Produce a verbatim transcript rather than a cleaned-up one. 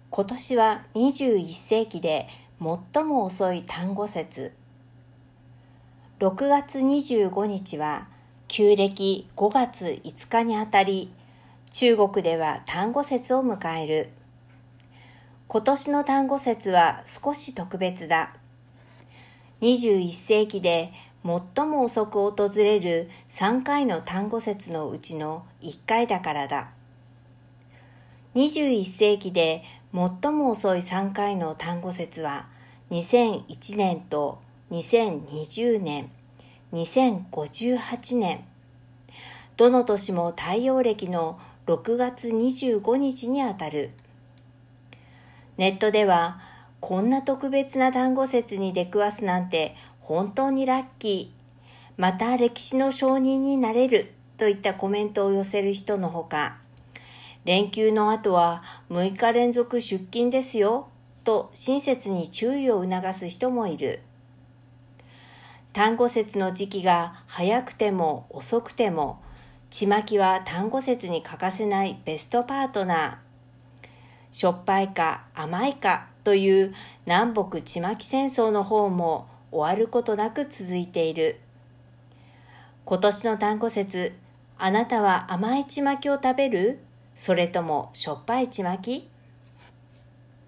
今年はにじゅういっ世紀で最も遅い端午節。ろくがつにじゅうごにちは旧暦ごがついつかにあたり、中国では端午節を迎える。今年の端午節は少し特別だ。にじゅういっ世紀で最も遅く訪れるさんかいの端午節のうちのいっかいだからだ。にじゅういっ世紀で最も遅いさんかいの端午節はにせんいちねんとにせんにじゅうねん、にせんごじゅうはちねん。どの年も太陽暦のろくがつにじゅうごにちにあたる。ネットでは、こんな特別な端午節に出くわすなんて本当にラッキー。また歴史の証人になれるといったコメントを寄せる人のほか、連休の後はむいか連続出勤ですよと親切に注意を促す人もいる。端午節の時期が早くても遅くても、ちまきは端午節に欠かせないベストパートナー。しょっぱいか甘いかという南北ちまき戦争の方も終わることなく続いている。今年の端午節、あなたは甘いちまきを食べる？それともしょっぱいちまき？